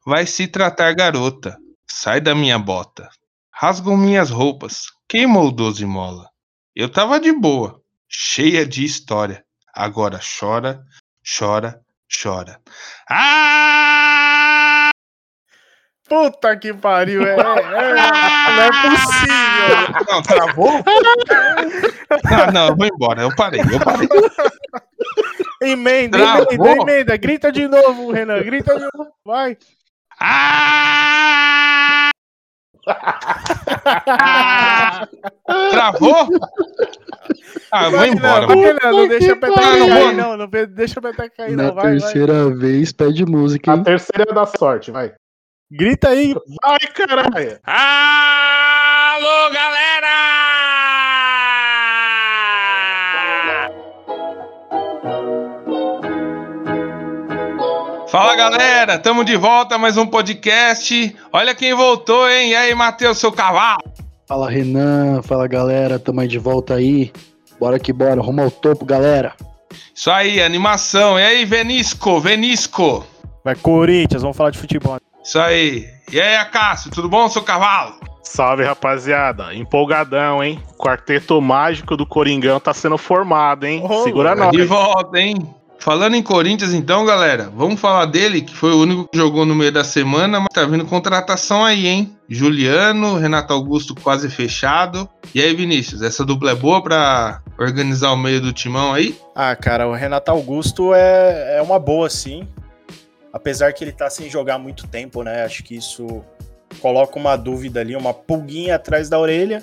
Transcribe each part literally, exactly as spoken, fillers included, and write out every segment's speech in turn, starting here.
vai se tratar garota. Sai da minha bota. Rasgam minhas roupas. Queimou doze mola. Eu tava de boa, cheia de história. Agora chora, chora, chora. Ah! Puta que pariu, é, é, não é possível. Não, travou? Ah, não, eu vou embora, eu parei, eu parei. Emenda, Travou? emenda, emenda, grita de novo, Renan, grita de novo, vai. Ah! Travou? Ah, eu vou Vai, embora. Não, vai, não, não deixa a peteca Ah, não cair, vou. não, não deixa a peteca cair, Na não, vai, terceira vai. vez, pede música, hein? A terceira é da sorte, vai. Grita aí. Vai, caralho. Alô, galera! Fala, galera, tamo de volta, mais um podcast. Olha quem voltou, hein? E aí, Matheus, seu cavalo? Fala, Renan. Fala, galera. Tamo aí de volta aí. Bora que bora. Rumo ao topo, galera. Isso aí, animação. E aí, Venisco, Venisco? Vai, Corinthians, vamos falar de futebol. Isso aí. E aí, Acácio, tudo bom, seu cavalo? Salve, rapaziada. Empolgadão, hein? Quarteto mágico do Coringão tá sendo formado, hein? Oh, Segura nós. De volta, hein? Falando em Corinthians, então, galera, vamos falar dele, que foi o único que jogou no meio da semana, mas tá vindo contratação aí, hein? Juliano, Renato Augusto quase fechado. E aí, Vinícius, essa dupla é boa pra organizar o meio do timão aí? Ah, cara, o Renato Augusto é, é uma boa, sim. Apesar que ele tá sem jogar há muito tempo, né? Acho que isso coloca uma dúvida ali, uma pulguinha atrás da orelha.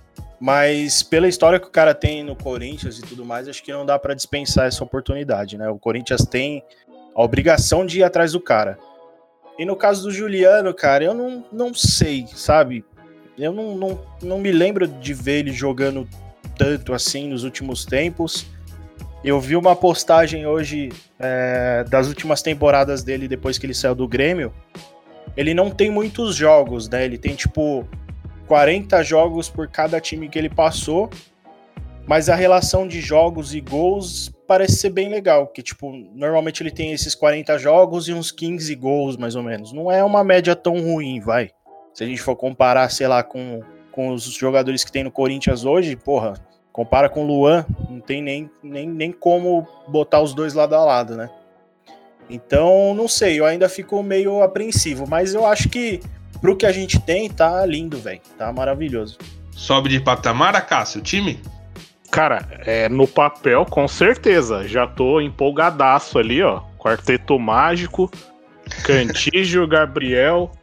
Mas pela história que o cara tem no Corinthians e tudo mais, acho que não dá pra dispensar essa oportunidade, né? O Corinthians tem a obrigação de ir atrás do cara. E no caso do Juliano, cara, eu não, não sei, sabe? Eu não, não, não me lembro de ver ele jogando tanto assim nos últimos tempos. Eu vi uma postagem hoje é, das últimas temporadas dele depois que ele saiu do Grêmio. Ele não tem muitos jogos, né? Ele tem, tipo, quarenta jogos por cada time que ele passou, mas a relação de jogos e gols parece ser bem legal, que, tipo, normalmente ele tem esses quarenta jogos e uns quinze gols, mais ou menos. Não é uma média tão ruim, vai. Se a gente for comparar, sei lá, com, com os jogadores que tem no Corinthians hoje, porra, compara com o Luan, não tem nem, nem, nem como botar os dois lado a lado, né? Então, não sei, eu ainda fico meio apreensivo, mas eu acho que pro que a gente tem, tá lindo, velho. Tá maravilhoso. Sobe de patamar, Acácio, o time? Cara, é, no papel, com certeza. Já tô empolgadaço ali, ó. Quarteto mágico, Cantígio, Gabriel,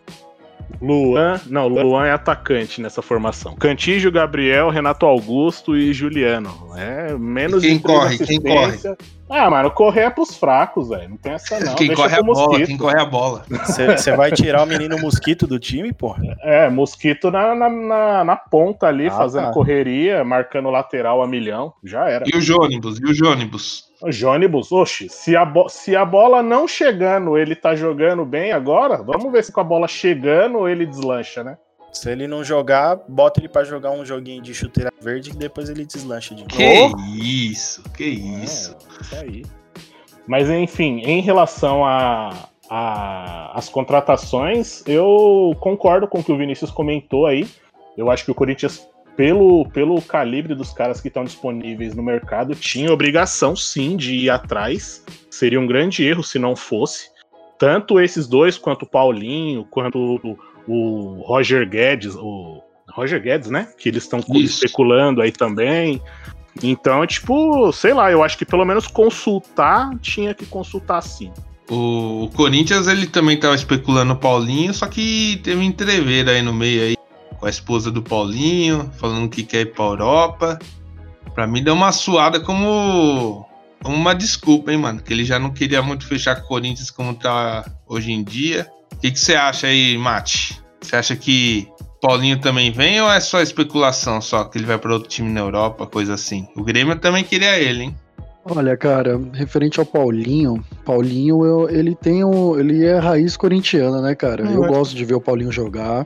Luan. Não, Luan é atacante nessa formação. Cantígio, Gabriel, Renato Augusto e Juliano. É menos quem de três corre? Quem corre? Ah, mano, correr é pros fracos, velho. Não tem essa não. Quem Deixa corre a pro bola, Mosquito. quem corre a bola. Você vai tirar o menino Mosquito do time, porra? É, Mosquito na, na, na, na ponta ali, Ah, fazendo tá. correria, marcando lateral a milhão. Já era. E o Jônibus, e o Jônibus? O Jônibus, oxe, se a, bo- se a bola não chegando, ele tá jogando bem agora, vamos ver se com a bola chegando ele deslancha, né? Se ele não jogar, bota ele pra jogar um joguinho de chuteira verde e depois ele deslancha de novo. Que isso, que isso. É, isso aí. Mas enfim, em relação a, a as contratações, eu concordo com o que o Vinícius comentou aí. Eu acho que o Corinthians, pelo, pelo calibre dos caras que estão disponíveis no mercado, tinha obrigação sim de ir atrás. Seria um grande erro se não fosse. Tanto esses dois, quanto o Paulinho, quanto o, o Roger Guedes, o Roger Guedes, né? Que eles estão especulando aí também. Então, tipo, sei lá, eu acho que pelo menos consultar, tinha que consultar sim. O Corinthians, ele também tava especulando o Paulinho, só que teve um entreveiro aí no meio aí, com a esposa do Paulinho, falando que quer ir pra Europa. Pra mim deu uma suada como uma desculpa, hein, mano, que ele já não queria muito fechar com o Corinthians como tá hoje em dia. O que que você acha aí, Mate? Você acha que Paulinho também vem ou é só especulação, só que ele vai para outro time na Europa, coisa assim? O Grêmio também queria ele, hein? Olha, cara, referente ao Paulinho, Paulinho, eu, ele tem o, ele é raiz corintiana, né, cara? Eu Uhum. gosto de ver o Paulinho jogar.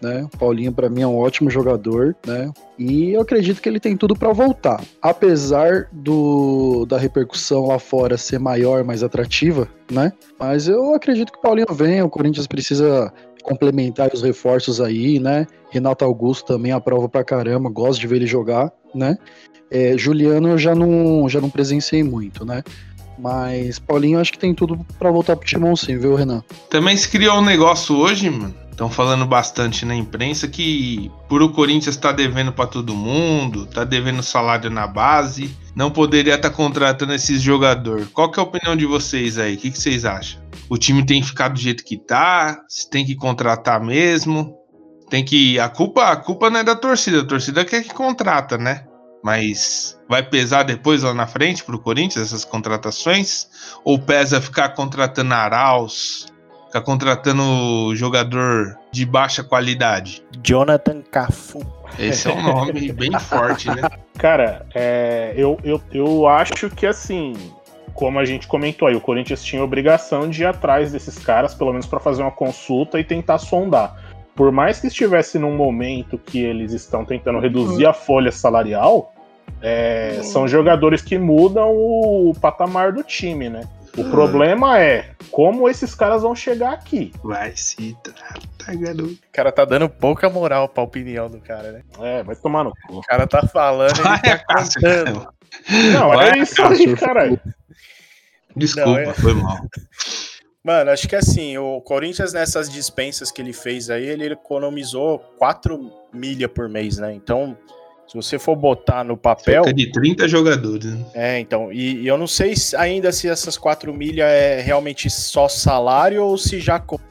né? O Paulinho para mim é um ótimo jogador, né? E eu acredito que ele tem tudo para voltar. Apesar do, da repercussão lá fora ser maior, mais atrativa, né? Mas eu acredito que o Paulinho vem, o Corinthians precisa complementar os reforços aí, né? Renato Augusto também aprova pra caramba, gosto de ver ele jogar, né? É, Juliano eu já não, já não presenciei muito, né? Mas Paulinho acho que tem tudo pra voltar pro timão sim, viu, Renan? Também se criou um negócio hoje, mano. Estão falando bastante na imprensa que por o Corinthians tá devendo pra todo mundo, tá devendo salário na base, não poderia estar tá contratando esses jogadores. Qual que é a opinião de vocês aí? O que, que vocês acham? O time tem que ficar do jeito que tá? Se tem que contratar mesmo? Tem que... A culpa, a culpa não é da torcida, a torcida quer que contrata, né? Mas vai pesar depois lá na frente pro Corinthians essas contratações? Ou pesa ficar contratando Arauz, ficar contratando jogador de baixa qualidade? Jonathan Cafu. Esse é um nome bem forte, né? Cara, é, eu, eu, eu acho que assim, como a gente comentou aí, o Corinthians tinha a obrigação de ir atrás desses caras, pelo menos para fazer uma consulta e tentar sondar. Por mais que estivesse num momento que eles estão tentando reduzir a folha salarial, é, são jogadores que mudam o patamar do time, né? O problema é como esses caras vão chegar aqui. Vai se tratar, garoto. O cara tá dando pouca moral pra opinião do cara, né? É, vai tomar no cu. O cara tá falando, ele Vai, tá Cássio, contando. Não, Vai, é isso aí, caralho. Desculpa, Não, é- foi mal. Mano, acho que assim, o Corinthians nessas dispensas que ele fez aí, ele economizou quatro milha por mês, né? Então, se você for botar no papel... Cerca de trinta jogadores, né? É, então, e, e eu não sei se- ainda se essas quatro milha é realmente só salário ou se já conta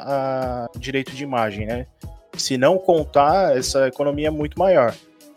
a direito de imagem, né? Se não contar, essa economia é muito maior.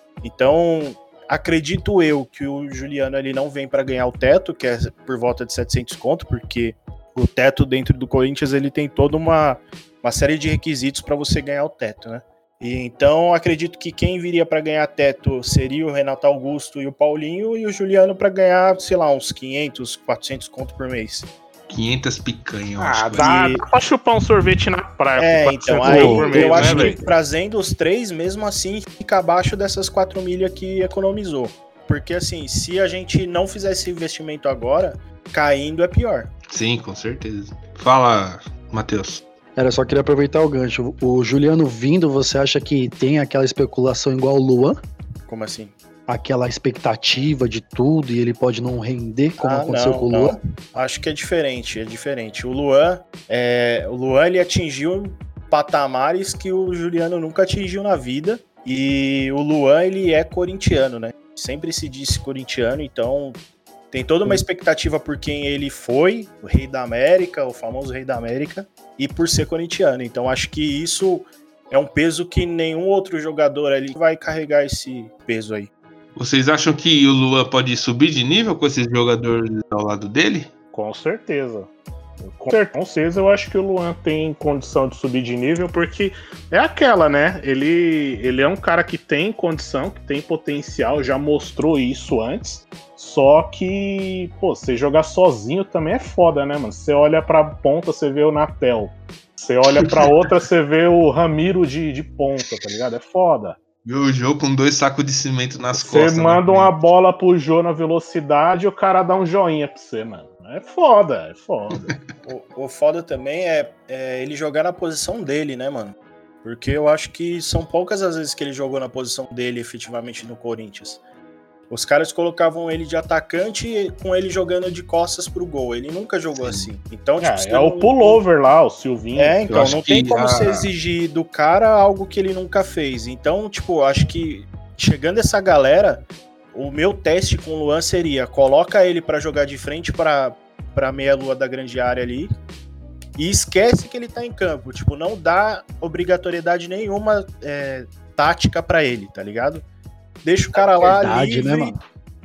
Então, acredito eu que o Juliano ele não vem para ganhar o teto, que é por volta de setecentos conto, porque o teto dentro do Corinthians ele tem toda uma, uma série de requisitos para você ganhar o teto, né? E então acredito que quem viria para ganhar teto seria o Renato Augusto e o Paulinho, e o Juliano para ganhar, sei lá, uns quinhentos, quatrocentos conto por mês. quinhentas picanhas, eu Ah, acho. que dá, E- dá pra chupar um sorvete na praia. É, com então, quatrocentos aí por mês, eu né, acho que velho? trazendo os três, mesmo assim, fica abaixo dessas quatro milhas que economizou. Porque assim, se a gente não fizer esse investimento agora, caindo é pior. Sim, com certeza. Fala, Matheus. Era só queria aproveitar o gancho. O Juliano vindo, você acha que tem aquela especulação igual o Luan? Como assim? Aquela expectativa de tudo e ele pode não render, como Ah, aconteceu não, com o não. Luan? Acho que é diferente, é diferente. O Luan, é, o Luan ele atingiu patamares que o Juliano nunca atingiu na vida. E o Luan, ele é corintiano, né? Sempre se disse corintiano, então tem toda uma expectativa por quem ele foi, o Rei da América, o famoso Rei da América, e por ser corintiano. Então acho que isso é um peso que nenhum outro jogador ali vai carregar esse peso aí. Vocês acham que o Luan pode subir de nível com esses jogadores ao lado dele? Com certeza. Com certeza eu acho que o Luan tem condição de subir de nível, porque é aquela, né? Ele, ele é um cara que tem condição, que tem potencial, já mostrou isso antes. Só que, pô, você jogar sozinho também é foda, né, mano? Você olha pra ponta, você vê o Natel. Você olha pra outra, você vê o Ramiro de, de ponta, tá ligado? É foda. Viu o jogo com dois sacos de cimento nas Você costas. manda né? uma bola pro Jô na velocidade e o cara dá um joinha pra você, mano. É foda, é foda. O, o foda também é, é ele jogar na posição dele, né, mano? Porque eu acho que são poucas as vezes que ele jogou na posição dele efetivamente no Corinthians. Os caras colocavam ele de atacante com ele jogando de costas pro gol. Ele nunca jogou assim. Então, tipo, É, você é o não- pullover lá, o Silvinho. É, Eu então, acho não que tem como a- você exigir do cara algo que ele nunca fez. Então, tipo, acho que chegando essa galera, o meu teste com o Luan seria: coloca ele pra jogar de frente pra, pra meia-lua da grande área ali e esquece que ele tá em campo. Tipo, não dá obrigatoriedade nenhuma é, tática pra ele, tá ligado? Deixa o cara lá Verdade, livre né, mano?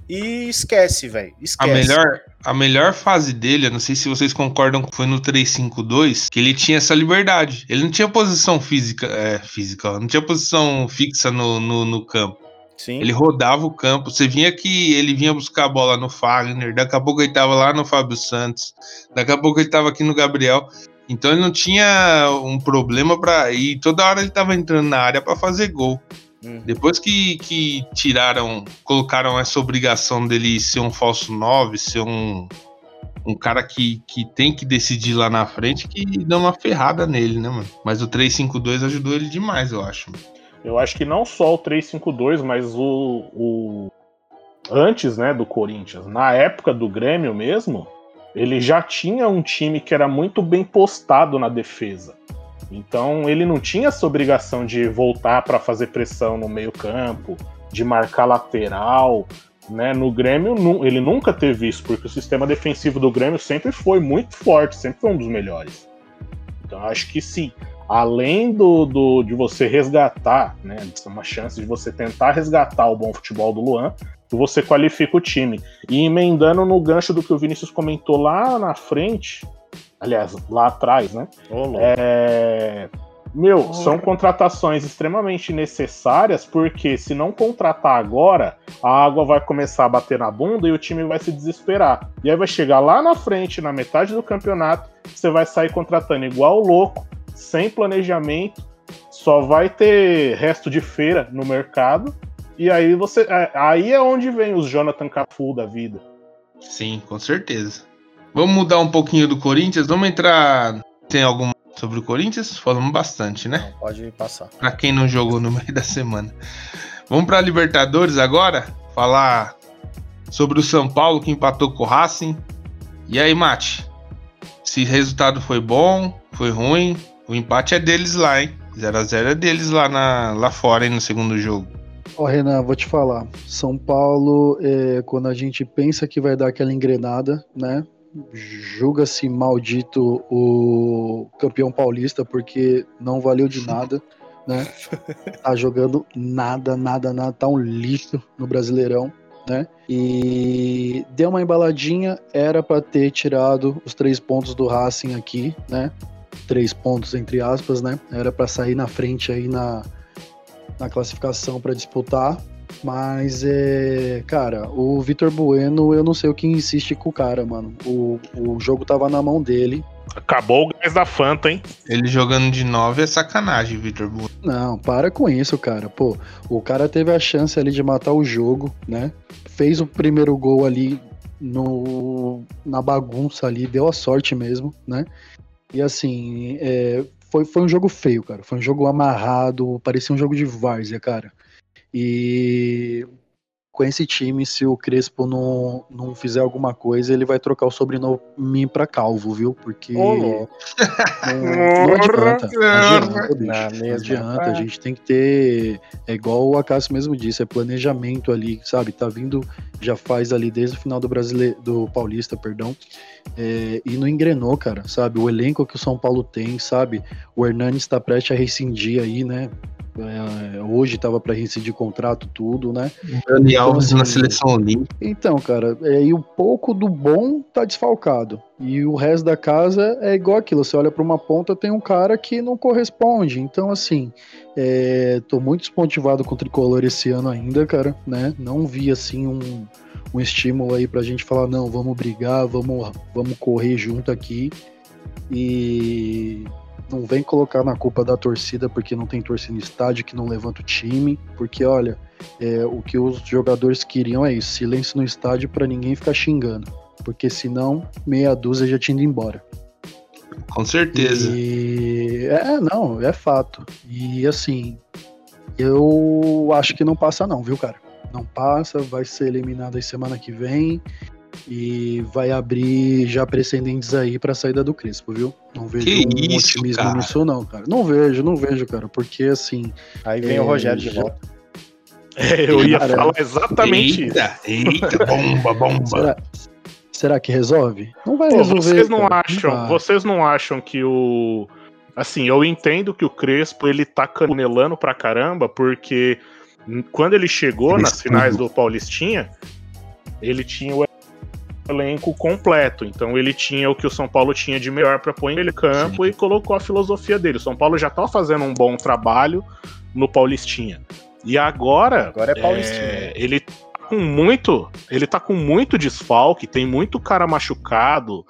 e esquece, velho. A Esquece. melhor, a melhor fase dele, eu não sei se vocês concordam, foi no três cinco dois, que ele tinha essa liberdade. Ele não tinha posição física, é, física, ó, não tinha posição fixa no, no, no campo. Sim. Ele rodava o campo. Você vinha que ele vinha buscar a bola no Fagner, daqui a pouco ele tava lá no Fábio Santos, daqui a pouco ele tava aqui no Gabriel. Então ele não tinha um problema para e toda hora ele tava entrando na área para fazer gol. Hum. Depois que, que tiraram, colocaram essa obrigação dele ser um falso nove, ser um, um cara que, que tem que decidir lá na frente, que deu uma ferrada nele, né, mano? Mas o três cinco dois ajudou ele demais, eu acho. Eu acho que não só o três cinco dois, mas o, o... antes, né, do Corinthians, na época do Grêmio mesmo, ele já tinha um time que era muito bem postado na defesa. Então ele não tinha essa obrigação de voltar para fazer pressão no meio-campo, de marcar lateral, né? No Grêmio ele nunca teve isso, porque o sistema defensivo do Grêmio sempre foi muito forte, sempre foi um dos melhores. Então acho que sim, além do, do, de você resgatar, né, uma chance de você tentar resgatar o bom futebol do Luan, você qualifica o time. E emendando no gancho do que o Vinícius comentou lá na frente, aliás, lá atrás, né? Oh, é... Meu, oh. são contratações extremamente necessárias, porque se não contratar agora, a água vai começar a bater na bunda e o time vai se desesperar. E aí vai chegar lá na frente, na metade do campeonato, você vai sair contratando igual louco, sem planejamento, só vai ter resto de feira no mercado. E aí você. Aí é onde vem os Jonathan Cafu da vida. Sim, com certeza. Vamos mudar um pouquinho do Corinthians. Vamos entrar. Tem algum sobre o Corinthians? Falamos bastante, né? Não, pode passar. Pra quem não jogou no meio da semana. Vamos pra Libertadores agora? Falar sobre o São Paulo que empatou com o Racing. E aí, Mate? Se o resultado foi bom, foi ruim, o empate é deles lá, hein? zero a zero é deles lá, na, lá fora, hein, no segundo jogo. Ó, Renan, vou te falar. São Paulo, é, quando a gente pensa que vai dar aquela engrenada, né? Julga-se maldito o campeão paulista porque não valeu de nada, né? Tá jogando nada, nada, nada. Tá um lixo no Brasileirão, né? E deu uma embaladinha, era pra ter tirado os três pontos do Racing aqui, né? Três pontos entre aspas, né? Era pra sair na frente aí na na classificação para disputar, mas é, cara, o Vitor Bueno, eu não sei o que insiste com o cara, mano. O, o jogo tava na mão dele. Acabou o gás da Fanta, hein? Ele jogando de nove é sacanagem, Vitor Bueno. Não, para com isso, cara. Pô, o cara teve a chance ali de matar o jogo, né? Fez o primeiro gol ali no, na bagunça ali, deu a sorte mesmo, né? E assim, é, Foi, foi um jogo feio, cara. Foi um jogo amarrado, parecia um jogo de várzea, cara. E com esse time, se o Crespo não, não fizer alguma coisa, ele vai trocar o sobrenome pra Calvo, viu? Porque oh, não, não adianta. Não adianta, bicho. Na Não adianta. A gente tem que ter, é igual o Acácio mesmo disse, é planejamento ali, sabe? Tá vindo, já faz ali desde o final do brasileiro, do Paulista, perdão. É, e não engrenou, cara, sabe? O elenco que o São Paulo tem, sabe? O Hernanes está prestes a rescindir aí, né? É, hoje tava para rescindir contrato, tudo, né? Dani Alves então, assim, na seleção olímpica. Então, cara, é, e o pouco do bom tá desfalcado. E o resto da casa é igual aquilo. Você olha para uma ponta, tem um cara que não corresponde. Então, assim, é, tô muito desmotivado com o Tricolor esse ano ainda, cara, né? Não vi, assim, um, um estímulo aí pra gente falar, não, vamos brigar, vamos, vamos correr junto aqui. E não vem colocar na culpa da torcida porque não tem torcida no estádio, que não levanta o time, porque olha, é, o que os jogadores queriam é isso, silêncio no estádio para ninguém ficar xingando, porque senão meia dúzia já tinha ido embora. Com certeza. E, é, não, é fato. E assim, eu acho que não passa não, viu, cara? Não passa, vai ser eliminado aí semana que vem. E vai abrir já precedentes aí pra saída do Crespo, viu? Não vejo que um isso, otimismo cara? nisso não, cara. Não vejo, não vejo, cara, porque assim... Aí vem é, o Rogério de já... volta. É, eu ia cara, falar exatamente eita, isso. Eita, bomba, bomba. Será, será que resolve? Não vai Pô, resolver, vocês não cara. acham, Não vai. vocês não acham que o... Assim, eu entendo que o Crespo, ele tá canelando pra caramba, porque quando ele chegou nas finais do Paulistinha, ele tinha o elenco completo, então ele tinha o que o São Paulo tinha de melhor para pôr ele em campo. Sim. E colocou a filosofia dele. O São Paulo já tá fazendo um bom trabalho no Paulistinha. E agora, agora é Paulistinha. É, ele tá com muito, ele tá com muito desfalque, tem muito cara machucado,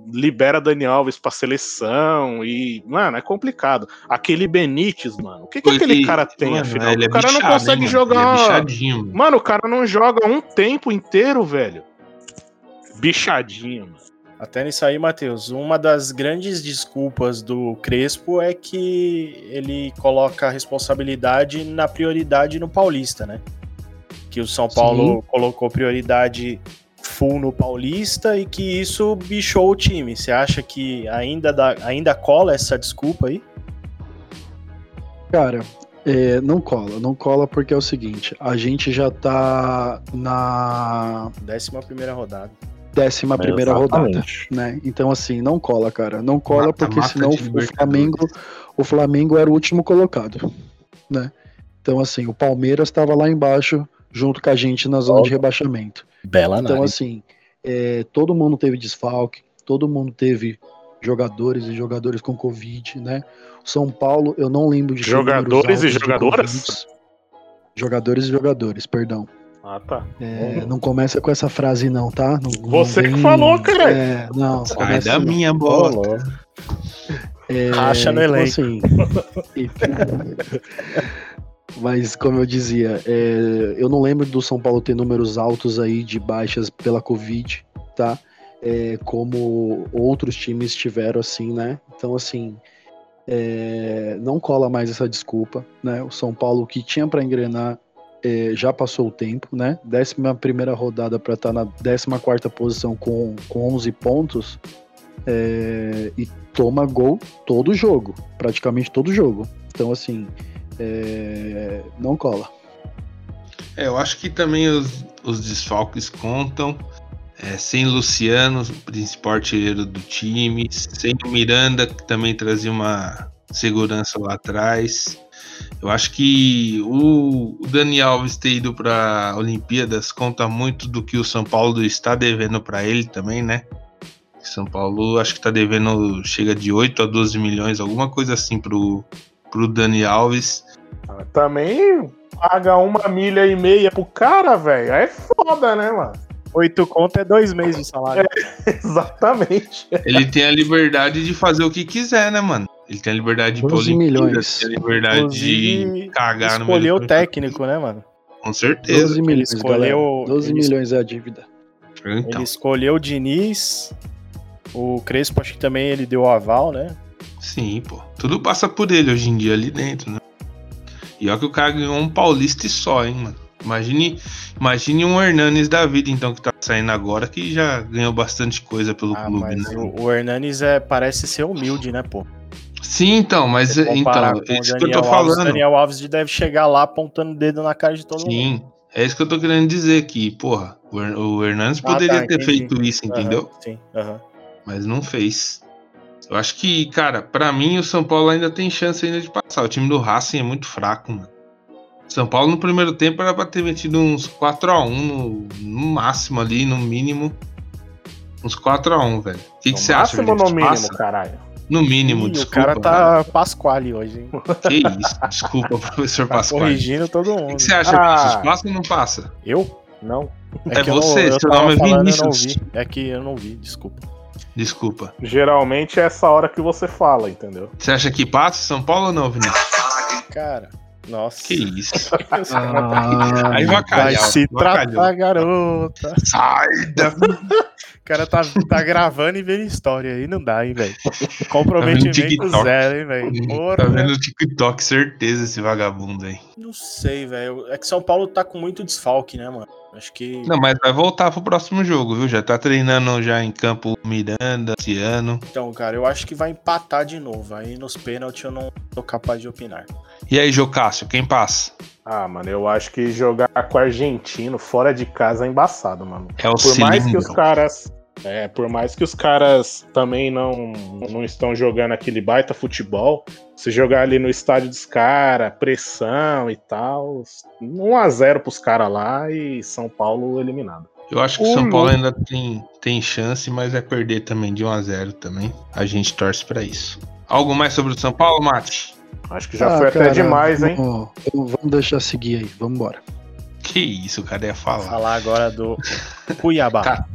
libera Dani Alves pra seleção e, mano, é complicado. Aquele Benítez, mano, o que que Ele- aquele cara tem, mano, afinal? ele é O cara não bichado, consegue hein, mano? jogar... Ele é bichadinho, mano. Mano, o cara não joga um tempo inteiro, velho. Bichadinho, mano. Até nisso aí, Matheus, uma das grandes desculpas do Crespo é que ele coloca a responsabilidade na prioridade no Paulista, né? Que o São Paulo Sim. colocou prioridade full no Paulista e que isso bichou o time. Você acha que ainda, dá, ainda cola essa desculpa aí? Cara, é, não cola, não cola porque é o seguinte, a gente já tá na Décima primeira rodada. décima primeira rodada, Exatamente. né? Então assim, não cola, cara, não cola Mata, porque mata senão de o Libertadores. Flamengo, o Flamengo era o último colocado, né? Então assim, o Palmeiras estava lá embaixo junto com a gente na zona de rebaixamento. Bela Então análise. assim, é, todo mundo teve desfalque, todo mundo teve jogadores e jogadores com Covid, né? O São Paulo, eu não lembro de ter Jogadores números e altos de jogadoras? Covid. Jogadores e jogadores, perdão. Ah, tá. É, não começa com essa frase não, tá? Não, não Você que vem- falou, cara. É, não, Sai começa da assim, não. minha Ô, bola. louco. É, Racha no então, elenco. assim, e- mas como eu dizia, é, eu não lembro do São Paulo ter números altos aí de baixas pela Covid, tá? É, como outros times tiveram assim, né? Então assim, é, não cola mais essa desculpa, né? O São Paulo que tinha para engrenar é, já passou o tempo, né? Décima primeira rodada para estar na décima quarta posição com, com onze pontos é, e toma gol todo jogo, praticamente todo jogo. Então assim, é, não cola. É, eu acho que também os, os desfalques contam. É, sem Luciano, principal artilheiro do time, sem o Miranda, que também trazia uma segurança lá atrás. Eu acho que o, o Dani Alves ter ido para Olimpíadas conta muito do que o São Paulo está devendo para ele também, né? São Paulo acho que está devendo, chega de oito a doze milhões, alguma coisa assim pro, pro Dani Alves. Também paga uma milha e meia pro cara, velho. Aí é foda, né, mano? Oito conto é dois meses de salário. Exatamente. Ele tem a liberdade de fazer o que quiser, né, mano? Ele tem a liberdade de ir pra doze Olimpíadas, milhões. tem a liberdade Inclusive, de cagar no escolheu o meio do técnico, né, mano? Com certeza. doze milhões, escolheu- galera. doze ele- milhões é a dívida. Então, Ele escolheu o Diniz, o Crespo acho que também ele deu o aval, né? sim, pô. Tudo passa por ele hoje em dia ali dentro, né? E olha que o cara ganhou um paulista e só, hein, mano. Imagine, imagine um Hernanes da vida, então, que tá saindo agora, que já ganhou bastante coisa pelo Ah, clube, mas né? o, o Hernanes é, parece ser humilde, né, pô? Sim, então, mas Se comparar então, com é o isso que eu Daniel tô Alves, falando. Daniel Alves deve chegar lá apontando o dedo na cara de todo mundo. Sim, é isso que eu tô querendo dizer aqui, porra. O, Her- o Hernandes Ah, poderia tá, ter entendi. feito isso, entendeu? Aham, sim, aham. Mas não fez. Eu acho que, cara, pra mim o São Paulo ainda tem chance ainda de passar. O time do Racing é muito fraco, mano. São Paulo no primeiro tempo era pra ter metido uns quatro a um no, no máximo ali, no mínimo. Uns quatro a um, velho. O que No que você acha? máximo ou no Vinícius? mínimo, Passa? caralho? No mínimo, Ih, desculpa. o cara tá Pasquale hoje, hein? mano. Que isso, desculpa, professor Tá Pascoal. O corrigindo todo que, mundo. que você acha, Ah. Vinícius? Passa ou não passa? Eu? Não. É que eu você, não, eu seu tava nome é falando, eu não Vinícius. vi. É que eu não vi, desculpa. Desculpa. Geralmente é essa hora que você fala, entendeu? Você acha que passa São Paulo ou não, Vinícius? Cara, nossa. Que isso? Ah, Aí Vai vacalhau, se vacalhau. tratar, garota. Sai da... O cara tá, tá gravando e vendo história aí, não dá, hein, velho. Comprometimento TikTok. zero, hein, velho. Tá Porra. vendo o TikTok, certeza, esse vagabundo aí. Não sei, velho. É que São Paulo tá com muito desfalque, né, mano? Acho que. Não, mas vai voltar pro próximo jogo, viu? Já tá treinando já em campo Miranda, Ciano. Então, cara, eu acho que vai empatar de novo. Aí nos pênaltis eu não tô capaz de opinar. E aí, Jocássio, quem passa? Ah, mano, eu acho que jogar com o argentino fora de casa é embaçado, mano. É o Por mais que os cilindro. caras. É, por mais que os caras também não, não estão jogando aquele baita futebol, se jogar ali no estádio dos caras, pressão e tal, um a zero pros caras lá e São Paulo eliminado. Eu acho que o Ô, São Paulo louco. ainda tem, tem chance, mas é perder também de um a zero também. A gente torce pra isso. Algo mais sobre o São Paulo, Mate? Acho que já ah, foi até cara, demais, hein? Vamos, vamos deixar seguir aí, vamos embora. Que isso, o cara ia falar. Falar agora do Cuiabá. Cara,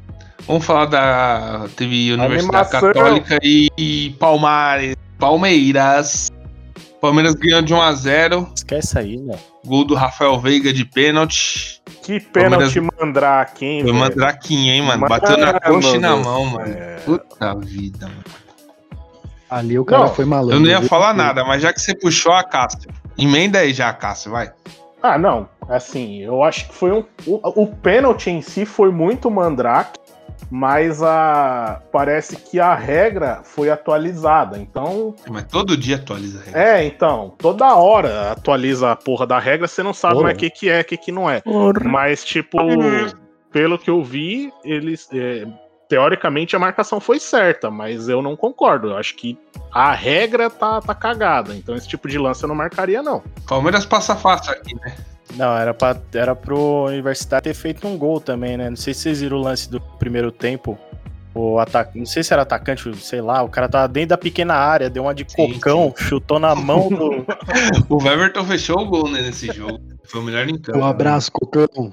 Vamos falar da... Teve Universidade Animação. Católica e, e Palmares. Palmeiras. Palmeiras ganhou de um a zero. Esquece aí, né? Gol do Rafael Veiga de pênalti. Que pênalti Palmeiras- mandrake, hein, Foi velho? mandraquinha, hein, mano? Mano Bateu na coxa e na do mão, céu. mano. Puta vida, mano. Ali o cara Não, foi malandro. Eu não ia viu? falar nada, mas já que você puxou a Cássio, emenda aí já, Cássio, vai. Ah, não. Assim, eu acho que foi um. O, o pênalti em si foi muito mandrake, mas a parece que a regra foi atualizada. Então. Mas todo dia atualiza a regra. É, então. Toda hora atualiza a porra da regra, você não sabe Porra. mais o que, que é, o que, que não é. Mas, tipo, pelo que eu vi, eles. é, teoricamente a marcação foi certa, mas eu não concordo. Eu acho que a regra tá, tá cagada. Então esse tipo de lance eu não marcaria, não. Palmeiras passa fácil aqui, né? Não, era, pra, era pro Universidade ter feito um gol também, né? Não sei se vocês viram o lance do primeiro tempo. O ataque, não sei se era atacante, sei lá, o cara tava dentro da pequena área, deu uma de Sim, cocão, chutou na mão do. O Everton fechou o gol, né, nesse jogo. Foi o melhor em campo. Um abraço, Cocão.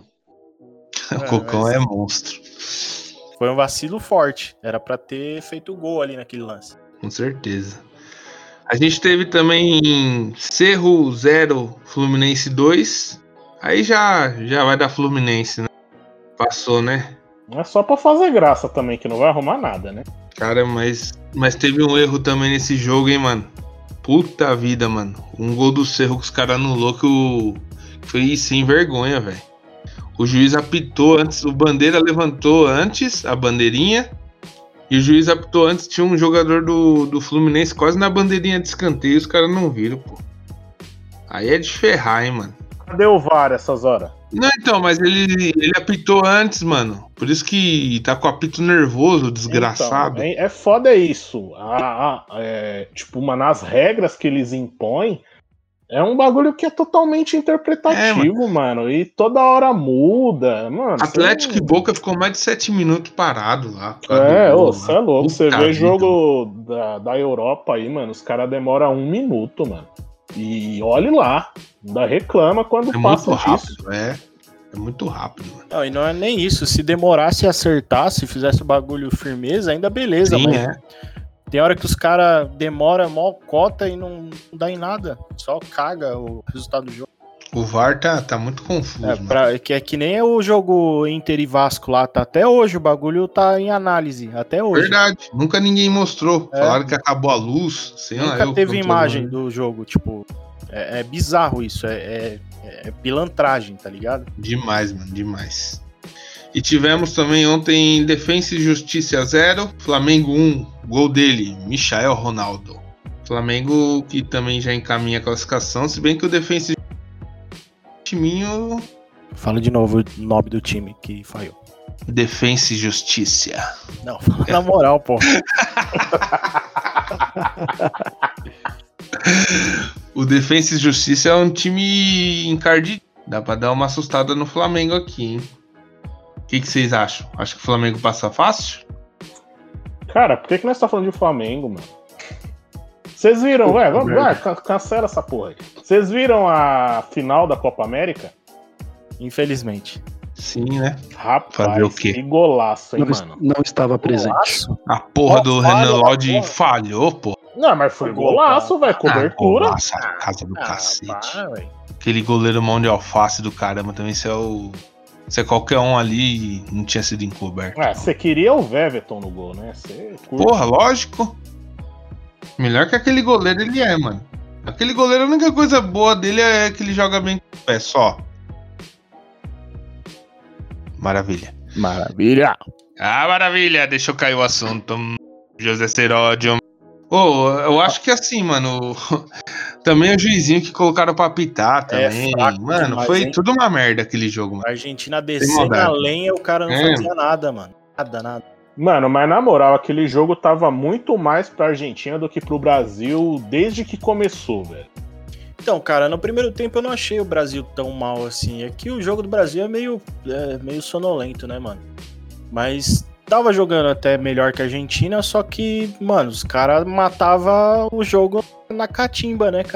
O Cocão mas é monstro. Foi um vacilo forte. Era pra ter feito o gol ali naquele lance. Com certeza. A gente teve também Cerro zero, Fluminense dois. Aí já, já vai dar Fluminense, né? Passou, né? É só pra fazer graça também, que não vai arrumar nada, né? Cara, mas, mas teve um erro também nesse jogo, hein, mano? Puta vida, mano. Um gol do Cerro que os caras anulou que o... foi sem vergonha, velho. O juiz apitou antes, o Bandeira levantou antes a bandeirinha. E o juiz apitou antes, tinha um jogador do, do Fluminense quase na bandeirinha de escanteio, os caras não viram, pô. Aí é de ferrar, hein, mano. Cadê o V A R essas horas? Não, então, mas ele, ele apitou antes, mano. Por isso que tá com o apito nervoso, desgraçado. Então, é, é foda isso. A, a- é, tipo, uma, nas regras que eles impõem, é um bagulho que é totalmente interpretativo, mano. E toda hora muda, mano. Atlético cê- e Boca ficou mais de sete minutos parado lá. por causa É, do ô, gol, você né? é louco. Você Puta vê vida, jogo da, da Europa aí, mano. Os caras demoram um minuto, mano. E olhe lá. Ainda reclama quando É passa muito disso. rápido, é. É muito rápido, mano. Não, e não é nem isso. Se demorasse e acertasse, fizesse o bagulho firmeza, ainda beleza, Sim, mas é. tem hora que os caras demoram mó cota e não, não dá em nada. Só caga o resultado do jogo. O V A R tá, tá muito confuso, É, mano. pra- que é que nem o jogo Inter e Vasco lá, tá até hoje, o bagulho tá em análise, até hoje. Verdade, nunca ninguém mostrou. É. Falaram que acabou a luz. Sei lá, Nunca eu teve controlando. imagem do jogo, tipo, é, é bizarro isso, é, é, é pilantragem, tá ligado? Demais, mano, demais. E tivemos também ontem Defensa e Justiça zero, Flamengo um, gol dele, Michael Ronaldo. Flamengo que também já encaminha a classificação, se bem que o Defensa e timinho Fala de novo o nome do time que falhou. Defensa e Justiça. Não, fala na moral, pô. O Defensa e Justiça é um time encardido. Dá pra dar uma assustada no Flamengo aqui, hein? O que, que vocês acham? Acho que o Flamengo passa fácil? Cara, por que, que nós tá falando de Flamengo, mano? Vocês viram, Puta ué, vamos, merda. vai, can- cancela essa porra aí. Vocês viram a final da Copa América? Infelizmente. Sim, né? Rapaz, Fazer o quê? que golaço, hein, Não, mano? não estava presente. Golaço? A porra Ó, do falha Renan da Lodge porra. falhou, pô. Não, mas foi Foi golaço, velho, Ah, cobertura. golaço, a casa do Ah, cacete. para, velho. Aquele goleiro mão de alface do caramba também, se é o... Se é qualquer um ali, não tinha sido encoberto. É, você queria o Veveton no gol, né? Você curte. Porra, lógico. Melhor que aquele goleiro ele é, mano. Aquele goleiro, a única coisa boa dele é que ele joga bem com o pé, só. Maravilha. Maravilha. Ah, maravilha. Deixa eu cair o assunto. José Seródio. Ô, eu acho que assim, mano. Também o juizinho que colocaram pra apitar também. É fraco mano, demais, foi hein? tudo uma merda aquele jogo, mano. A Argentina Sem descendo maldade. a lenha, o cara não É. fazia nada, mano. Nada, nada. Mano, mas na moral, aquele jogo tava muito mais pra Argentina do que pro Brasil desde que começou, velho. Então, cara, no primeiro tempo eu não achei o Brasil tão mal assim. É que o jogo do Brasil é meio, é, meio sonolento, né, mano? Mas tava jogando até melhor que a Argentina, só que, mano, os caras matavam o jogo na catimba, né, cara?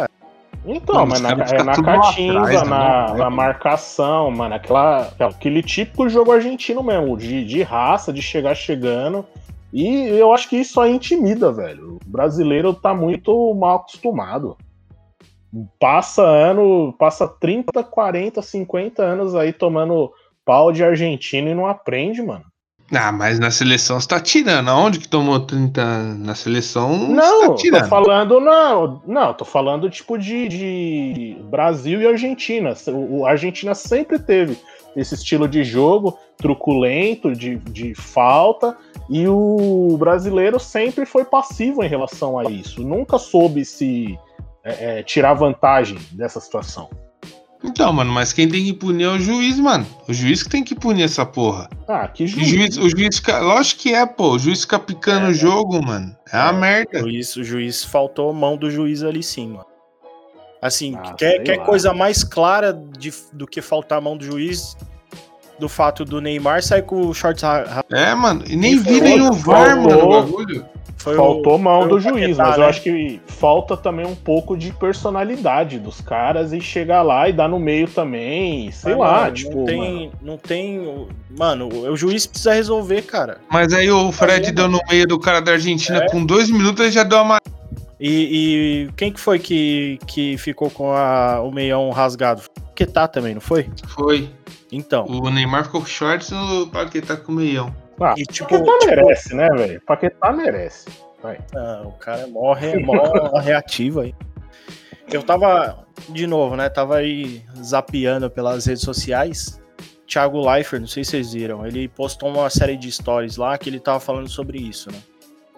Então, Mano, mas os na, caras é ficam na tudo lá catimba, atrás, né, na, mano? na marcação, mano. Aquela, aquele típico jogo argentino mesmo, de, de raça, de chegar chegando. E eu acho que isso aí intimida, velho. O brasileiro tá muito mal acostumado. Passa ano, passa trinta, quarenta, cinquenta anos aí tomando pau de argentino e não aprende, mano. Ah, mas na seleção você tá tirando. Aonde que tomou trinta anos? Na seleção você tá Não, tô tirando. falando, não, não, tô falando tipo de, de Brasil e Argentina. O, o a Argentina sempre teve esse estilo de jogo truculento, de, de falta, e o brasileiro sempre foi passivo em relação a isso. Nunca soube se é, é, tirar vantagem dessa situação. Então, mano, mas quem tem que punir é o juiz, mano. O juiz que tem que punir essa porra. Ah, que O juiz. juiz, o juiz fica. Lógico que é, pô. O juiz fica picando É, o jogo, mano. É uma É, merda. O juiz, o juiz faltou mão do juiz ali sim, mano. Assim, Ah, quer, sei quer lá. coisa mais clara de- do que faltar a mão do juiz do fato do Neymar sair com o shorts ra- ra- É, mano. E nem E foi virem o outro, V A R, mano, o faltou. bagulho. foi o- Faltou mão foi do o juiz, Paquetá, mas eu né? acho que falta também um pouco de personalidade dos caras e chegar lá e dar no meio também, sei Mas, lá, mano, tipo, não tem, não tem, mano, o juiz precisa resolver, cara. Mas aí o Fred Fazer, deu no meio do cara da Argentina É. com dois minutos e já deu uma. E, e quem que foi que, que ficou com a- o meião rasgado? Paquetá também, não foi? Foi. Então. O Neymar ficou com shorts e o Paquetá com meião. ah, E tipo, Paquetá tipo, merece, né, velho? Paquetá merece. Vai. ah, o cara morre, é mó reativo aí. Eu tava, de novo, né? Tava aí zapeando pelas redes sociais. Thiago Leifert, não sei se vocês viram, ele postou uma série de stories lá que ele tava falando sobre isso, né?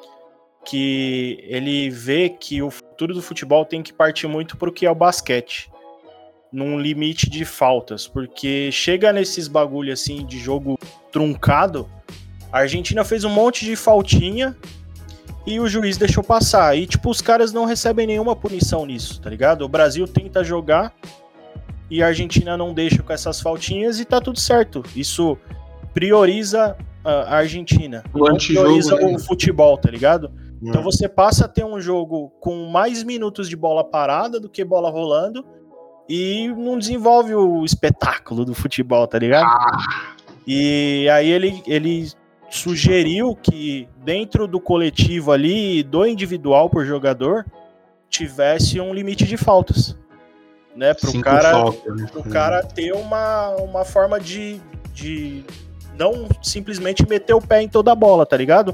Que ele vê que o futuro do futebol tem que partir muito pro que é o basquete, num limite de faltas, porque chega nesses bagulho assim de jogo truncado, a Argentina fez um monte de faltinha e o juiz deixou passar, e tipo, os caras não recebem nenhuma punição nisso, tá ligado? O Brasil tenta jogar e a Argentina não deixa com essas faltinhas e tá tudo certo. Isso prioriza a Argentina, O não antijogo, prioriza né? o futebol, tá ligado? Então você passa a ter um jogo com mais minutos de bola parada do que bola rolando e não desenvolve o espetáculo do futebol, tá ligado? Ah, E aí ele, ele sugeriu que dentro do coletivo ali, do individual por jogador, tivesse um limite de faltas, né? Pro cinco cara, faltas, né? pro cara ter uma, uma forma de, de não simplesmente meter o pé em toda a bola, tá ligado?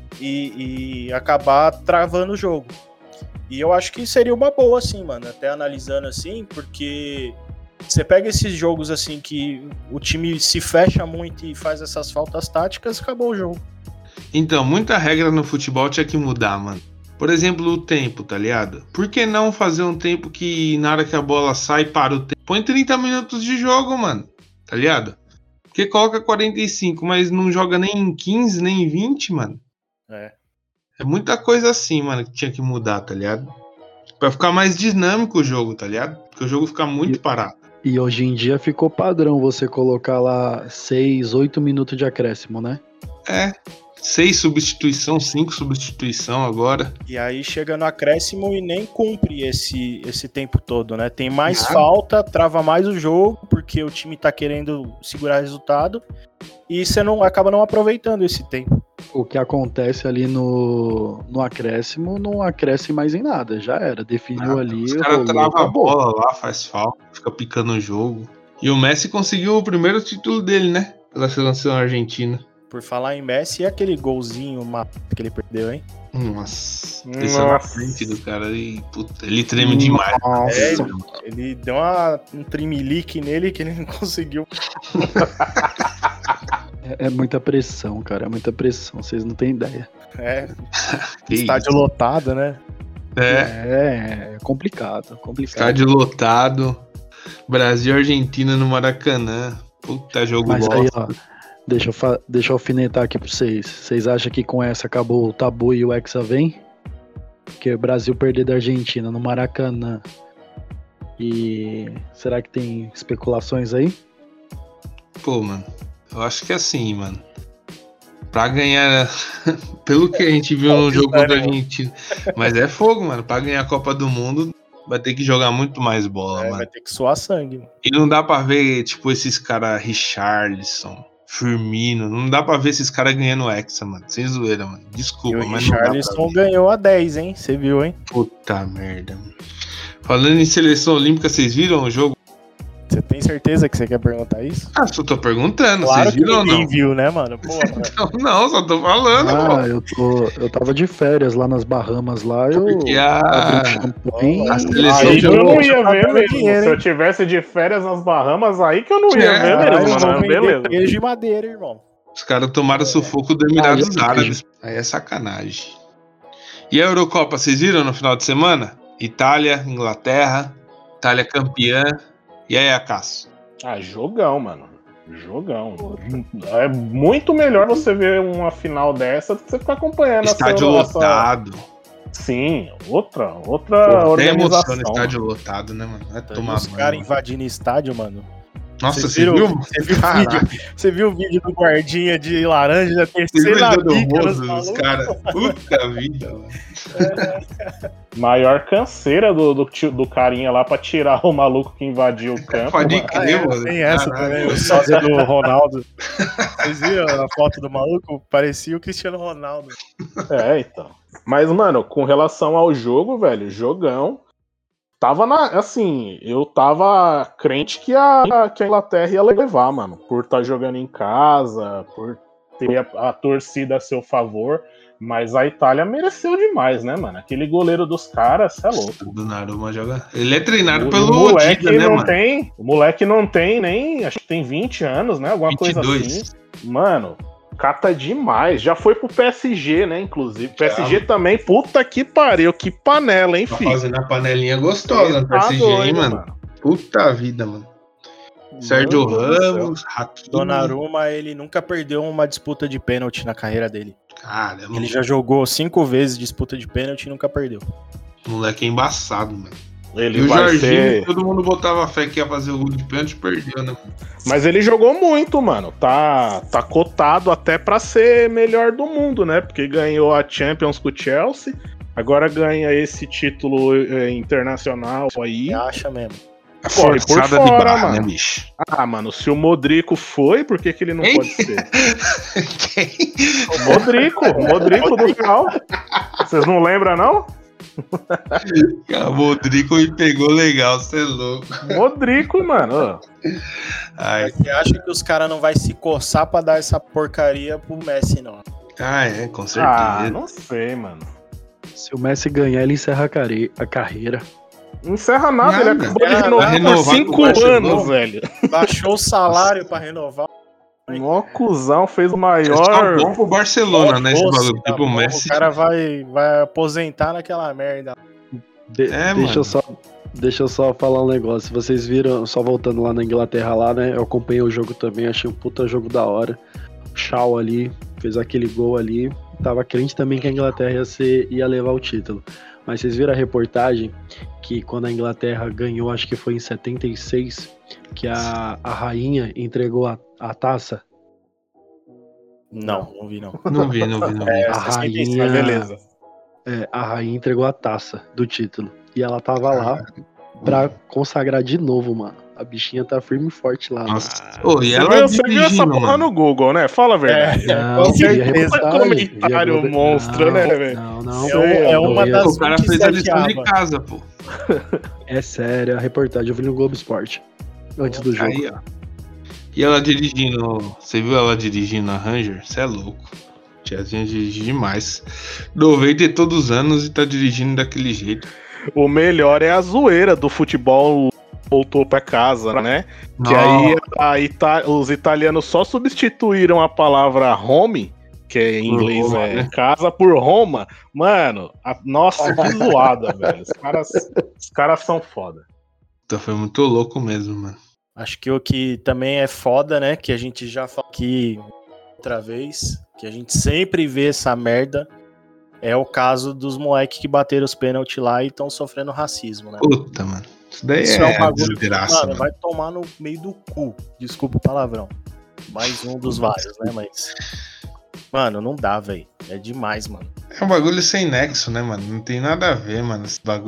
E, e acabar travando o jogo. E eu acho que seria uma boa, assim, mano, até analisando assim, porque você pega esses jogos assim que o time se fecha muito e faz essas faltas táticas, acabou o jogo. Então, muita regra no futebol tinha que mudar, mano. Por exemplo, o tempo, tá ligado? Por que não fazer um tempo que na hora que a bola sai, para o tempo? Põe trinta minutos de jogo, mano, tá ligado? Porque coloca quarenta e cinco, mas não joga nem em quinze, nem em vinte, mano. É. É muita coisa assim, mano, que tinha que mudar, tá ligado? Pra ficar mais dinâmico o jogo, tá ligado? Porque o jogo fica muito E- parado. E hoje em dia ficou padrão você colocar lá seis, oito minutos de acréscimo, né? É. Seis substituição, cinco substituição agora. E aí chega no acréscimo e nem cumpre esse, esse tempo todo, né? Tem mais Nada. falta, trava mais o jogo, porque o time tá querendo segurar resultado, e você não acaba não aproveitando esse tempo. O que acontece ali no, no acréscimo não acresce mais em nada, já era. Definiu Nada. ali, Os caras rolou, travam a acabou. bola lá, faz falta, fica picando o jogo. E o Messi conseguiu o primeiro título dele, né? Pela seleção argentina. Por falar em Messi, e aquele golzinho mato que ele perdeu, hein? Nossa. Desceu na Nossa. frente do cara e puta, ele treme demais. É, Nossa, ele deu uma, um trimelique nele que ele não conseguiu. é, é muita pressão, cara, é muita pressão, vocês não têm ideia. É, Que estádio isso. lotado, né? É, É, é complicado, complicado. estádio lotado. Brasil e Argentina no Maracanã. Puta jogo Mas bosta. aí, ó, deixa eu, fa- deixa eu alfinetar aqui pra vocês. Vocês acham que com essa acabou o tabu e o Hexa vem? Porque o Brasil perder da Argentina no Maracanã. E será que tem especulações aí? Pô, mano, eu acho que é assim, mano. Pra ganhar, pelo que a gente viu no jogo contra a Argentina, mas é fogo, mano. Pra ganhar a Copa do Mundo, vai ter que jogar muito mais bola, É, mano. vai ter que suar sangue, mano. E não dá pra ver, tipo, esses caras Richarlison, Firmino, não dá pra ver esses caras ganhando Hexa, mano. Sem zoeira, mano. E Desculpa, o mas não dá pra Richarlison ver. ganhou a dez, hein? Você viu, hein? Puta merda, mano. Falando em seleção olímpica, vocês viram o jogo? Você tem certeza que você quer perguntar isso? Ah, só tô perguntando, Claro vocês que viram ou ninguém não? viu, né, mano? Pô, mano. Não, não, só tô falando, Ah, pô. eu, tô, eu tava de férias lá nas Bahamas, lá eu Porque abri a, um champanhe. a e- seleção Aí de eu não hoje- ia tá ver dando mesmo. dinheiro, Se eu hein? tivesse de férias nas Bahamas, aí que eu não ia É, ver Caralho, mesmo, eu vou mano. vender Beleza. queijo de madeira, irmão. Os caras tomaram sufoco do Emirados Ah, já Árabes. Aí é sacanagem. E a Eurocopa, vocês viram no final de semana? Itália, Inglaterra, Itália campeã. E aí, Acaso? Ah, jogão, mano. Jogão. É muito melhor você ver uma final dessa do que você ficar acompanhando Estádio a sua- lotado. Sim, outra, Pô, outra até emoção organização. no estádio lotado, né, mano? Vai tomar Os banho, caras mano. invadindo estádio, mano. Nossa, Vocês você viram- viu? Você viu, o Caralho. vídeo, você viu o vídeo do guardinha de laranja, Vocês viram terceira do bica nos rosto dos malucos? caras? Puta vida, mano. Maior canseira do, do, tio- do carinha lá pra tirar o maluco que invadiu o campo. Pode mano. crer, Ah, é, mano. tem essa Caralho. também, o sósia do Ronaldo. Vocês viram a foto do maluco? Parecia o Cristiano Ronaldo. É, então. Mas, mano, com relação ao jogo, velho, jogão. Tava na. Assim, eu tava crente que a, que a Inglaterra ia levar, mano. Por estar jogando em casa, por ter a, a torcida a seu favor. Mas a Itália mereceu demais, né, mano? Aquele goleiro dos caras, é louco. Do Naruma joga. Ele é treinado O pelo moleque Dida, né, não mano? tem. O moleque não tem nem. Acho que tem vinte anos, né? Alguma coisa assim. vinte e dois. Mano, cata demais. Já foi pro P S G, né? Inclusive. P S G também, puta que pariu. Que panela, hein, Tá filho? fazendo a panelinha gostosa no P S G, Tá hein, doido, mano? Puta vida, mano. Sérgio Meu Deus do céu. Ramos, Hakimi. Donnarumma, ele nunca perdeu uma disputa de pênalti na carreira dele. Caramba, Ele já jogou cinco vezes disputa de pênalti e nunca perdeu. moleque é embaçado, mano. Ele E o vai Jorginho, ser... todo mundo botava fé que ia fazer o gol de pênalti e perdeu, né? Mas ele jogou muito, mano. Tá, tá cotado até pra ser melhor do mundo, né? Porque ganhou a Champions com o Chelsea. Agora ganha esse título eh, internacional aí. Você acha mesmo? A Corre por forçada de fora, barra, mano. né, bicho? Ah, mano, se o Modrico foi, por que, que ele não Hein? pode ser? Quem? O Modrico, o Modrico do final. Vocês não lembram, não? O Modrico me pegou legal, você é louco. Modrico, mano. Ai, Mas você acha que os caras não vai se coçar pra dar essa porcaria pro Messi, não? ah, é, com Ah, certeza. não sei, mano. Se o Messi ganhar, ele encerra a, care- a carreira. Não encerra nada, Nada. ele acabou de Vai renovar, renovar por com o cinco Barcelona. anos, velho. Baixou o salário pra renovar. Mó cuzão, fez o É maior. só bom pro Barcelona, né? Esse Nossa, bagulho. tá Tipo, o bom, Messi. O cara vai, vai aposentar naquela merda. De- É, deixa, mano. eu só, deixa eu só falar um negócio. Vocês viram, só voltando lá na Inglaterra, lá, né? Eu acompanhei o jogo também, achei um puta jogo da hora. Shaw ali, fez aquele gol ali. Tava crente também que a Inglaterra ia, ser, ia levar o título. Mas vocês viram a reportagem que quando a Inglaterra ganhou, acho que foi em setenta e seis, que a, a rainha entregou a, a taça? Não, não vi não. Não vi, não vi, não vi. É, A sessenta e seis, rainha, mas beleza. é, a rainha entregou a taça do título. E ela tava lá pra consagrar de novo, mano. A bichinha tá firme e forte lá. Nossa. Ah, Ô, e Você ela viu, você viu essa dirigindo, porra mano. no Google, né? Fala a verdade. Não, com vi a certeza. reportagem, Comentário vi a- monstro, não, né, velho? Não, não. É, um- é uma vi- das O cara fez a lição de aba. casa, pô. É sério, a reportagem eu vi no Globo Esporte. Antes do jogo. Aí, ó. E ela dirigindo. Você viu ela dirigindo a Ranger? Você é louco. Tiazinha dirige demais. noventa e todos os anos e tá dirigindo daquele jeito. O melhor é a zoeira do futebol voltou pra casa, né? Que aí a Ita- os italianos só substituíram a palavra home, que em Por inglês Roma, é né? casa, por Roma. Mano, a- nossa, que zoada, velho. Os caras, os caras são foda. Então foi muito louco mesmo, mano. Acho que o que também é foda, né? Que a gente já falou aqui outra vez, que a gente sempre vê essa merda, é o caso dos moleques que bateram os pênaltis lá e estão sofrendo racismo, né? Puta, mano. Isso daí Isso é, é um bagulho que, desgraça, mano, mano. vai tomar no meio do cu. Desculpa o palavrão. Mais um dos vários, né? Mas. Mano, não dá, velho. É demais, mano. É um bagulho sem nexo, né, mano? Não tem nada a ver, mano, esse bagulho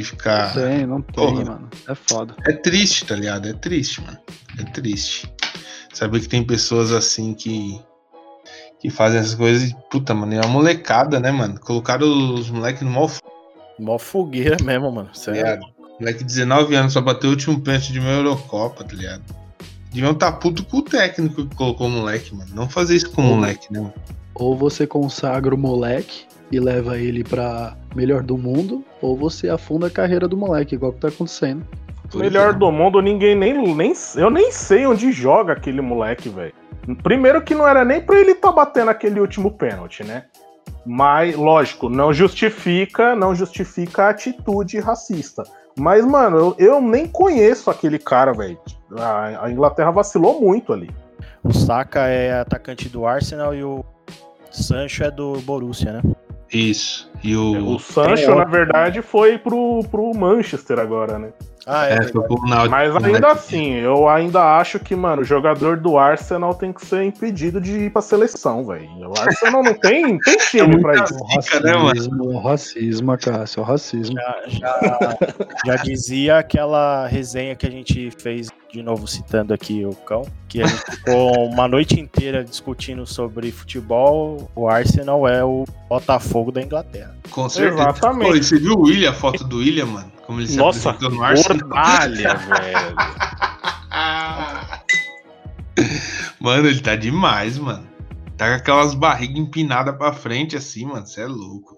ficar... Não tem, não tem, Porra. mano. É foda. É triste, tá ligado? É triste, mano. É triste. Saber que tem pessoas assim que... que fazem essas coisas e, puta, mano, é uma molecada, né, mano? Colocaram os moleques no mó... Mó fogueira mesmo, mano. Tá Sério. ligado? Moleque de dezenove anos só bateu o último pênalti de uma Eurocopa, tá ligado? Deviam tá puto com o técnico que colocou o moleque, mano. Não fazer isso com o moleque, né, mano? Ou você consagra o moleque e leva ele pra melhor do mundo, ou você afunda a carreira do moleque, igual que tá acontecendo. Melhor do mundo, ninguém nem, nem. Eu nem sei onde joga aquele moleque, velho. Primeiro que não era nem pra ele tá batendo aquele último pênalti, né? Mas, lógico, não justifica, não justifica a atitude racista. Mas, mano, eu, eu nem conheço aquele cara, velho. A, a Inglaterra vacilou muito ali. O Saka é atacante do Arsenal e o Sancho é do Borussia, né? Isso. E o... O Sancho, na verdade, foi pro, pro Manchester agora, né? Ah, é. É, foi pro Náutico, Mas né? ainda assim, eu ainda acho que, mano, o jogador do Arsenal tem que ser impedido de ir pra seleção, velho. O Arsenal não tem, tem time pra isso. Fica, né, mano? Racismo, racismo, Cássio, é o racismo. Já, já, já dizia aquela resenha que a gente fez, de novo citando aqui o Cão, que a gente ficou uma noite inteira discutindo sobre futebol. O Arsenal é o Botafogo da Inglaterra. Com certeza. Exatamente. Pô, e você viu o William, a foto do William, mano? Como ele se Nossa, apresentou no Arsenal? gordalha, velho. Mano, ele tá demais, mano. Tá com aquelas barrigas empinadas pra frente assim, mano. Você é louco.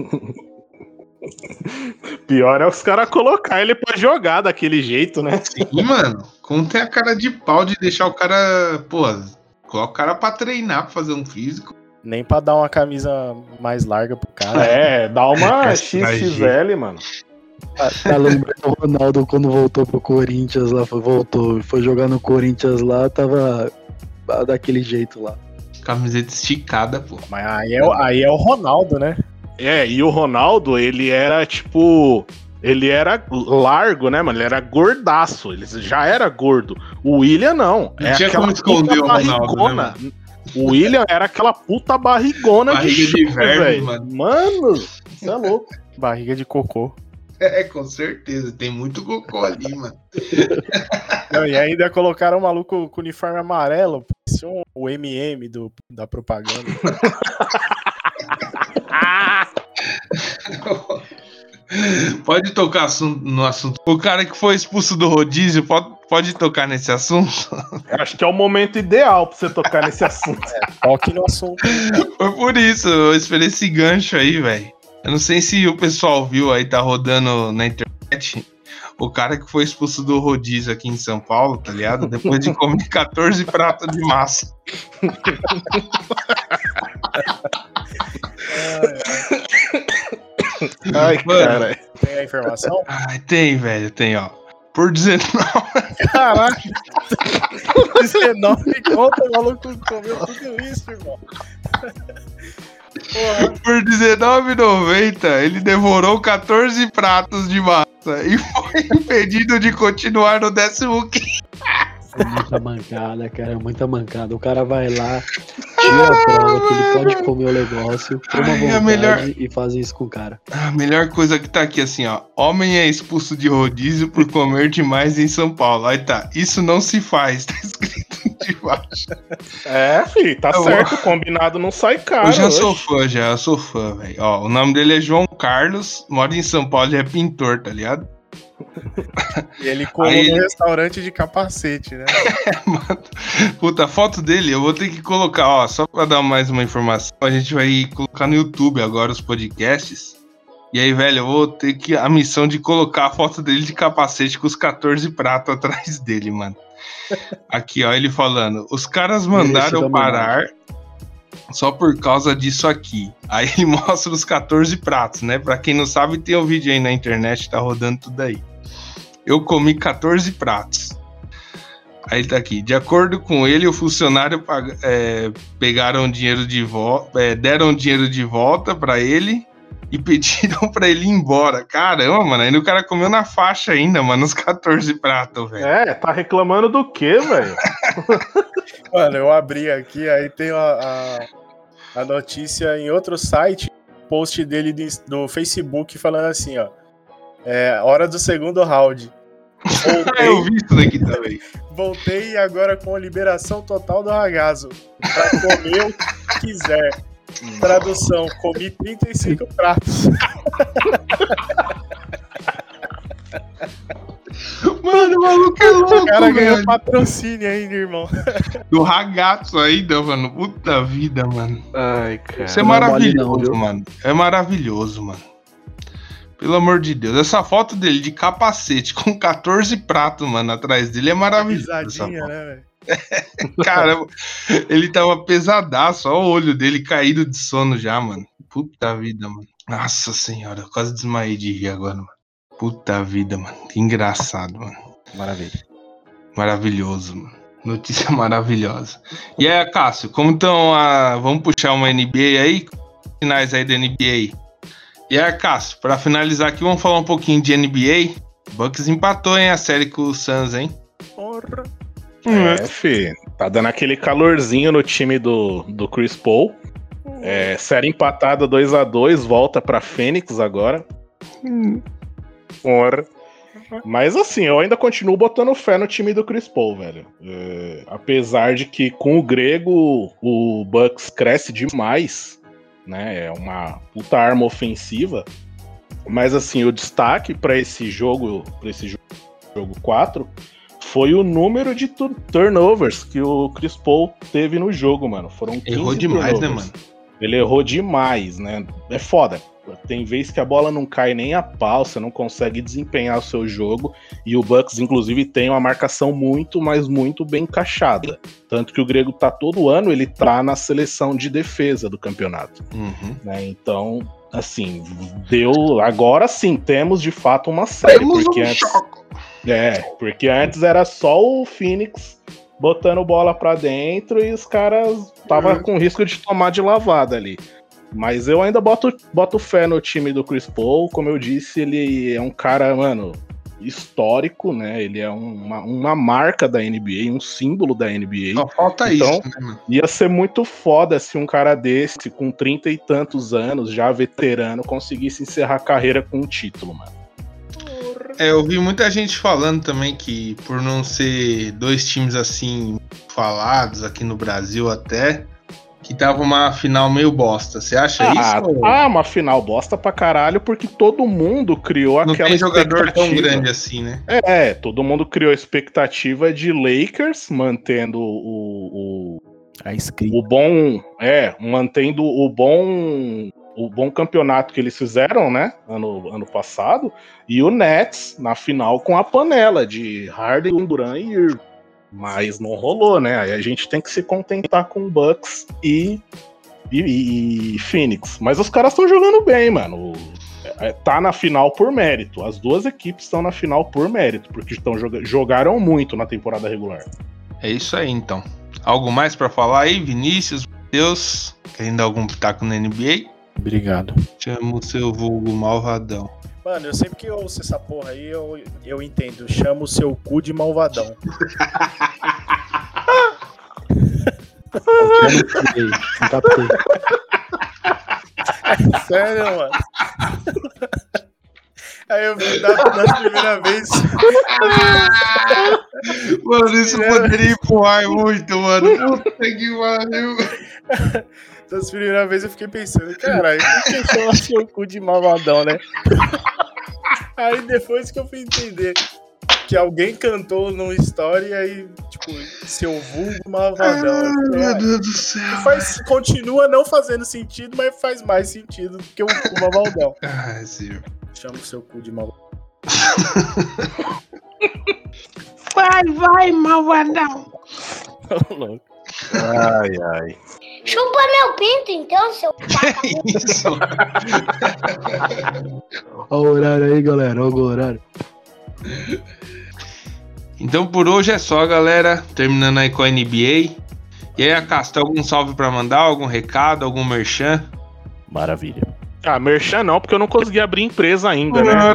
Pior é os caras colocar ele pra jogar daquele jeito, né? Sim, mano. Como tem a cara de pau de deixar o cara... Pô, coloca o cara pra treinar, pra fazer um físico. Nem pra dar uma camisa mais larga pro cara. É, dá uma Mas X vai, X L, mano. Tá, tá lembrando o Ronaldo quando voltou pro Corinthians lá, foi, voltou, foi jogar no Corinthians lá, tava daquele jeito lá. Camiseta esticada, pô. Mas aí é, o- aí é o Ronaldo, né? É, e o Ronaldo, ele era tipo. Ele era largo, né, mano? Ele era gordaço. Ele já era gordo. O William não. Não É tinha aquela como esconder puta o Ronaldo, barrigona. né, O William era aquela puta barrigona Barriga de chumbo, verme, velho. mano. Mano, você é louco. Barriga de cocô. É, com certeza. Tem muito cocô ali, mano. Não, e ainda colocaram um maluco com uniforme amarelo, parecia um, o M M do, da propaganda. Pode tocar assunto- no assunto. O cara que foi expulso do rodízio, pode, pode tocar nesse assunto? Eu acho que é o momento ideal pra você tocar nesse assunto. Toque no assunto. Foi por isso, eu esperei esse gancho aí, velho. Eu não sei se o pessoal viu aí, tá rodando na internet. O cara que foi expulso do rodízio aqui em São Paulo, tá ligado? Depois de comer quatorze pratos de massa. Ai, Mano. cara. Tem a informação? Ai, tem, velho, tem, ó. Por dezenove. Caraca! dezenove conto, o maluco comeu tudo isso, irmão. Porra. Por dezenove reais e noventa centavos, ele devorou quatorze pratos de massa e foi impedido de continuar no décimo quinto. É muita mancada, cara, é muita mancada. O cara vai lá, tira a prova que ele pode comer o negócio, toma Ai, é vontade melhor- e faz isso com o cara. A melhor coisa que tá aqui, assim, ó. Homem é expulso de rodízio por comer demais em São Paulo. Aí tá, isso não se faz, tá escrito debaixo. É, filho, tá Eu- certo. Combinado não sai caro. Eu já hoje. sou fã, já, eu sou fã, velho. Ó, o nome dele é João Carlos, mora em São Paulo e é pintor, tá ligado? E ele colou Aí no ele- restaurante de capacete, né? Mano, puta, a foto dele eu vou ter que colocar, ó, só pra dar mais uma informação, a gente vai colocar no YouTube agora os podcasts. E aí, velho, eu vou ter que a missão de colocar a foto dele de capacete com os quatorze pratos atrás dele, mano. Aqui, ó, ele falando, os caras mandaram Esse da parar só por causa disso aqui. Aí ele mostra os quatorze pratos, né? Pra quem não sabe, tem um vídeo aí na internet, tá rodando tudo aí. Eu comi quatorze pratos. Aí tá aqui. De acordo com ele, o funcionário pag- é, pegaram dinheiro de volta, é, deram dinheiro de volta pra ele e pediram pra ele ir embora. Caramba, mano. Ainda o cara comeu na faixa ainda, mano, os quatorze pratos, velho. É, tá reclamando do quê, velho? Mano, eu abri aqui, aí tem a, a, a notícia em outro site, post dele do, do Facebook falando assim, ó. É, hora do segundo round. Voltei, eu vi isso daqui também. Voltei agora com a liberação total do ragazzo. Pra comer o que quiser. Tradução, comi trinta e cinco pratos. Mano, o maluco é louco, O cara ganhou velho. patrocínio ainda, irmão. Do ragazzo ainda, mano. Puta vida, mano. Ai, cara. Isso é não é mole maravilhoso, não, viu? mano. É maravilhoso, mano. Pelo amor de Deus. Essa foto dele de capacete com quatorze pratos, mano, atrás dele é maravilhoso. essa Risadinha, foto. né, velho? Caramba, ele tava pesadaço. Olha o olho dele caído de sono já, mano. Puta vida, mano. Nossa senhora, eu quase desmaiei de rir agora, mano. Puta vida, mano. Que engraçado, mano. Maravilha. Maravilhoso, mano. Notícia maravilhosa. E aí, Cássio, como estão a... Vamos puxar uma N B A aí? Finais aí da N B A. E aí, Cássio, pra finalizar aqui, vamos falar um pouquinho de N B A. Bucks empatou, hein, a série com o Suns, hein? Porra. É, fi, tá dando aquele calorzinho no time do, do Chris Paul. É, série empatada dois a dois, volta pra Phoenix agora. Porra. Mas assim, eu ainda continuo botando fé no time do Chris Paul, velho. É, apesar de que com o Grego o Bucks cresce demais, né? É uma puta arma ofensiva. Mas assim, o destaque pra esse jogo, para esse jogo, jogo quatro, foi o número de tu- turnovers que o Chris Paul teve no jogo, mano. Foram quinze Errou demais, né, turnovers. mano? Ele errou demais, né? É foda. Tem vez que a bola não cai nem a pau, você não consegue desempenhar o seu jogo. E o Bucks, inclusive, tem uma marcação muito, mas muito bem encaixada. Tanto que o Grego tá todo ano, ele tá na seleção de defesa do campeonato. Uhum. Né? Então, assim, deu. Agora sim, temos de fato uma série. Temos porque um antes, choque. é, porque antes era só o Phoenix botando bola pra dentro e os caras tava com risco de tomar de lavada ali. Mas eu ainda boto, boto fé no time do Chris Paul. Como eu disse, ele é um cara, mano, histórico, né? Ele é uma, uma marca da N B A, um símbolo da N B A. Só falta Então, isso, né, mano? Ia ser muito foda se um cara desse, com trinta e tantos anos, já veterano, conseguisse encerrar a carreira com um título, mano. É, eu vi muita gente falando também que por não ser dois times assim falados aqui no Brasil até, que tava uma final meio bosta. Você acha Ah, isso? ah, uma final bosta pra caralho, porque todo mundo criou Não aquela tem jogador tão expectativa. grande assim, né? É, todo mundo criou a expectativa de Lakers mantendo o, o, A escrita. o bom, é, mantendo o bom, o bom campeonato que eles fizeram, né, ano, ano passado, e o Nets na final com a panela de Harden, Durant e Irving. Mas não rolou, né? Aí a gente tem que se contentar com Bucks e, e, e Phoenix. Mas os caras estão jogando bem, mano. É, tá na final por mérito. As duas equipes estão na final por mérito, porque estão joga- jogaram muito na temporada regular. É isso aí, então. Algo mais pra falar aí, Vinícius, Matheus? Querendo dar algum pitaco na N B A? Obrigado. Chama o seu vulgo malvadão. Mano, eu sempre que eu ouço essa porra aí, eu, eu entendo. Chama o seu cu de malvadão. Captei, captei. Sério, mano. Aí eu vi da, da primeira vez. Mano, isso poderia empurrar muito, mano. Puta que pariu. Das primeiras vezes eu fiquei pensando, caralho, por que chama seu cu de malvadão, né? Aí depois que eu fui entender que alguém cantou numa story e aí, tipo, seu vulgo malvadão. Ai, Eu falei, meu ah, Deus do céu. faz, continua não fazendo sentido, mas faz mais sentido do que o cu malvadão. Ai, senhor. Chama o seu cu de malvadão. Vai, vai, malvadão. Louco. Ai, ai. Chupa meu pinto, então, seu Que isso? Olha o horário aí, galera. Olha o horário. Então por hoje é só, galera. Terminando aí com a N B A. E aí, Acácio, tem algum salve pra mandar? Algum recado? Algum merchan? Maravilha. Ah, merchan não, porque eu não consegui abrir empresa ainda, né?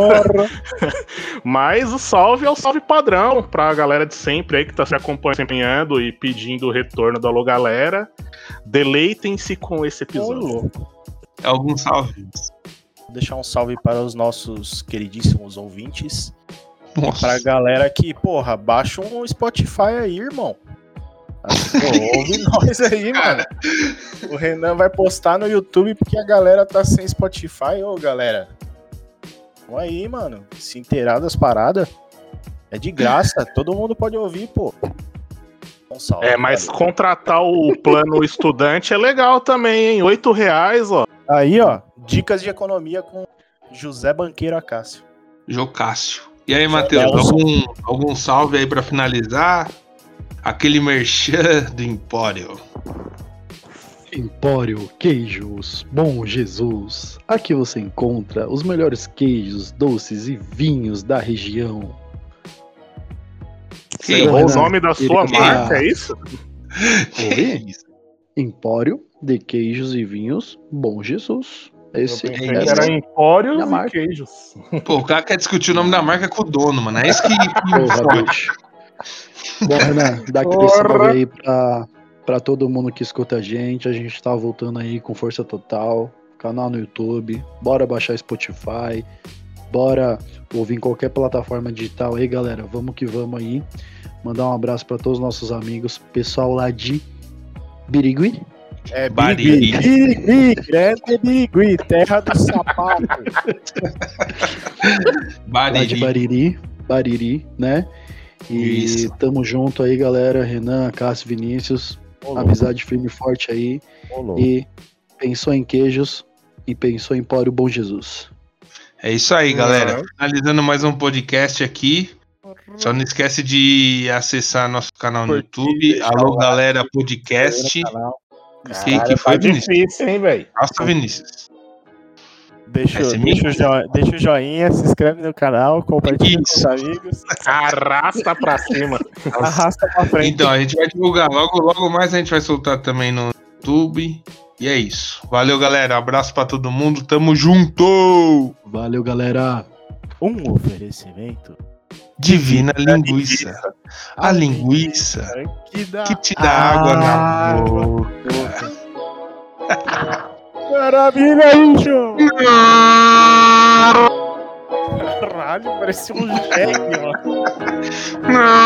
Mas o salve é o salve padrão pra galera de sempre aí que tá se acompanhando e pedindo o retorno do Alô Galera. Deleitem-se com esse episódio. Algum salve? deixar um salve para os nossos queridíssimos ouvintes. Nossa. E pra galera que, porra, baixa um Spotify aí, irmão. Pô, ouve nós aí, mano. O Renan vai postar no YouTube porque a galera tá sem Spotify. Ô, galera. Vamos aí, mano. Se inteirar das paradas. É de graça. Todo mundo pode ouvir, pô. Um salve, É, mas cara. contratar o plano estudante é legal também, hein? Oito reais, ó. Aí, ó. Dicas de economia com José Banqueiro Acácio. Jocássio. E aí, Matheus, Nelson. algum, algum salve aí pra finalizar? Aquele merchan do Empório. Empório Queijos Bom Jesus. Aqui você encontra os melhores queijos, doces e vinhos da região. Que Errou o Renan, nome da ele sua quer- marca, é isso? Oi? Empório de Queijos e Vinhos Bom Jesus. Esse Eu pensei que essa era é Empórios minha e marca. Queijos. Pô, o cara quer discutir o nome da marca com o dono, mano. É isso que, que Porra, fode. bicho. Bom, Renan, dá aquele Porra. salve aí pra, pra todo mundo que escuta a gente. A gente tá voltando aí com força total. Canal no YouTube. Bora baixar Spotify. Bora ouvir em qualquer plataforma digital aí, galera. Vamos que vamos aí. Mandar um abraço pra todos os nossos amigos. Pessoal lá de Birigui. É Bariri. Birigui. Birigui. Grande Birigui. Terra do sapato. Lá de Bariri. Bariri. Bariri, né? E Isso. tamo junto aí, galera. Renan, Cássio, Vinícius. Ô, louco, Amizade firme e forte aí. ô, louco. E pensou em queijos e pensou em Empório Bom Jesus. É isso aí, galera. Uhum. Finalizando mais um podcast aqui. Só não esquece de acessar nosso canal no Curtir, YouTube. deixar Alô, o like, galera, podcast. no canal. Quem que foi, tá Vinícius? difícil, hein, velho? Nossa, Vinícius. Deixa, Esse é deixa, o jo- deixa o joinha, se inscreve no canal, compartilha com os Isso. amigos, Arrasta pra cima. arrasta pra frente. Então, a gente vai divulgar. Logo, logo mais a gente vai soltar também no YouTube. E é isso. Valeu, galera. Abraço pra todo mundo. Tamo junto! Valeu, galera! Um oferecimento Divina linguiça. A linguiça que dá que te dá água na água. boca. Maravilha, bicho! Caralho, parece um jegue, mano.